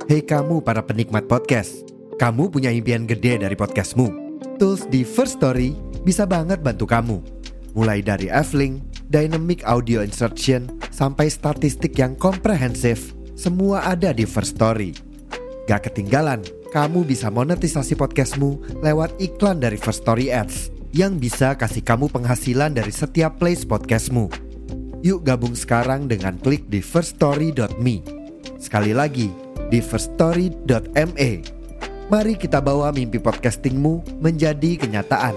Hei kamu para penikmat podcast, kamu punya impian gede dari podcastmu. Tools di First Story bisa banget bantu kamu. Mulai dari F-Link, Dynamic Audio Insertion, sampai statistik yang komprehensif, semua ada di First Story. Gak ketinggalan, kamu bisa monetisasi podcastmu lewat iklan dari First Story Ads yang bisa kasih kamu penghasilan dari setiap place podcastmu. Yuk gabung sekarang dengan klik di firststory.me. Sekali lagi, di firststory.me. Mari kita bawa mimpi podcastingmu menjadi kenyataan.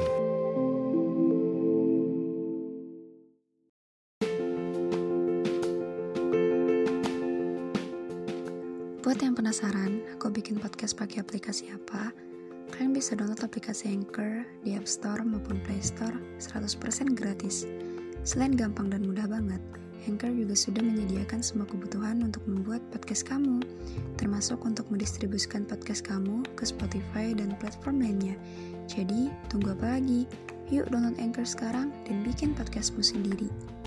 Buat yang penasaran, aku bikin podcast pakai aplikasi apa? Kalian bisa download aplikasi Anchor di App Store maupun Play Store 100% gratis. Selain gampang dan mudah banget, Anchor juga sudah menyediakan semua kebutuhan untuk membuat podcast kamu, termasuk untuk mendistribusikan podcast kamu ke Spotify dan platform lainnya. Jadi, tunggu apa lagi? Yuk download Anchor sekarang dan bikin podcastmu sendiri.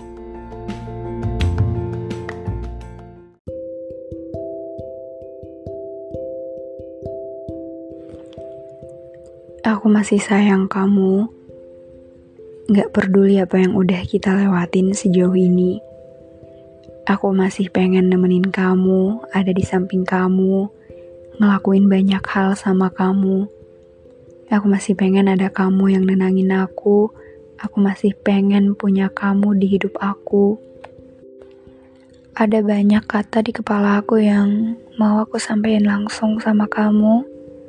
Aku masih sayang kamu. Gak peduli apa yang udah kita lewatin sejauh ini. Aku masih pengen nemenin kamu, ada di samping kamu, ngelakuin banyak hal sama kamu. Aku masih pengen ada kamu yang nenangin aku. Aku masih pengen punya kamu di hidup aku. Ada banyak kata di kepala aku yang mau aku sampein langsung sama kamu.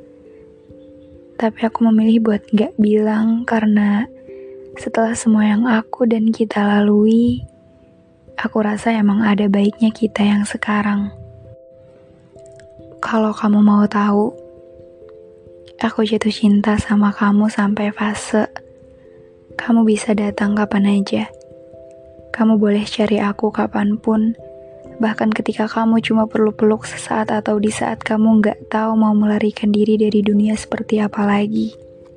Tapi aku memilih buat gak bilang karena setelah semua yang aku dan kita lalui, aku rasa emang ada baiknya kita yang sekarang. Kalau kamu mau tahu, aku jatuh cinta sama kamu sampai fase kamu bisa datang kapan aja. Kamu boleh cari aku kapanpun, bahkan ketika kamu cuma perlu peluk sesaat atau di saat kamu gak tahu mau melarikan diri dari dunia seperti apa lagi.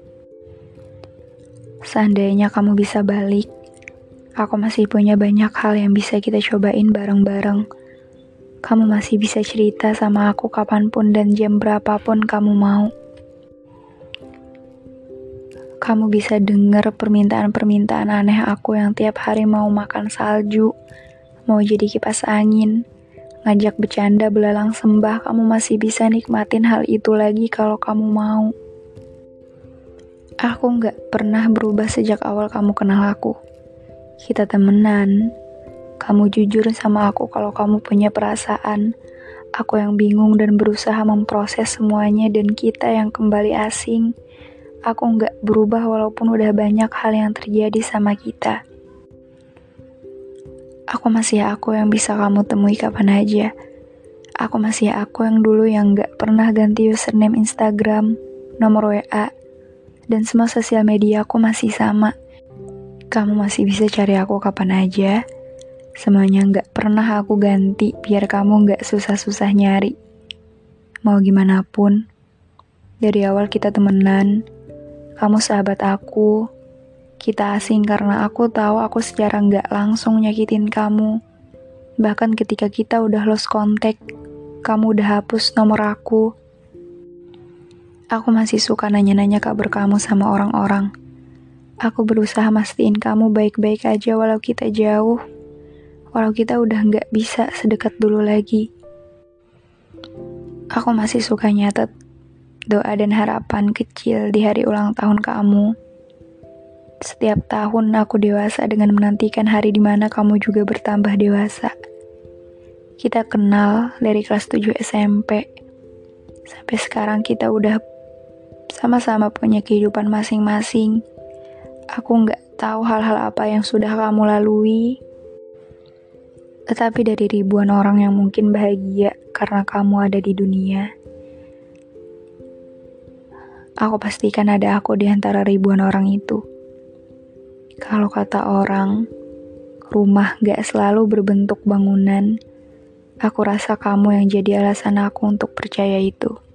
Seandainya kamu bisa balik, aku masih punya banyak hal yang bisa kita cobain bareng-bareng. Kamu masih bisa cerita sama aku kapanpun dan jam berapapun kamu mau. Kamu bisa denger permintaan-permintaan aneh aku yang tiap hari mau makan salju, mau jadi kipas angin, ngajak bercanda belalang sembah. Kamu masih bisa nikmatin hal itu lagi kalau kamu mau. Aku gak pernah berubah sejak awal kamu kenal aku. Kita temenan. Kamu jujur sama aku kalau kamu punya perasaan. Aku yang bingung dan berusaha memproses semuanya dan kita yang kembali asing. Aku gak berubah walaupun udah banyak hal yang terjadi sama kita. Aku masih aku yang bisa kamu temui kapan aja. Aku masih aku yang dulu yang gak pernah ganti username Instagram, nomor WA, dan semua sosial media aku masih sama. Kamu masih bisa cari aku kapan aja. Semuanya gak pernah aku ganti biar kamu gak susah-susah nyari. Mau gimana pun, dari awal kita temenan. Kamu sahabat aku. Kita asing karena aku tahu aku secara gak langsung nyakitin kamu. Bahkan ketika kita udah lost contact, kamu udah hapus nomor aku. Aku masih suka nanya-nanya kabar kamu sama orang-orang. Aku berusaha mastiin kamu baik-baik aja walau kita jauh. Walau kita udah gak bisa sedekat dulu lagi. Aku masih suka nyatet doa dan harapan kecil di hari ulang tahun kamu. Setiap tahun aku dewasa dengan menantikan hari dimana kamu juga bertambah dewasa. Kita kenal dari kelas 7 SMP. Sampai sekarang kita udah sama-sama punya kehidupan masing-masing. Aku gak tahu hal-hal apa yang sudah kamu lalui. Tetapi dari ribuan orang yang mungkin bahagia karena kamu ada di dunia, aku pastikan ada aku di antara ribuan orang itu. Kalau kata orang, rumah gak selalu berbentuk bangunan. Aku rasa kamu yang jadi alasan aku untuk percaya itu.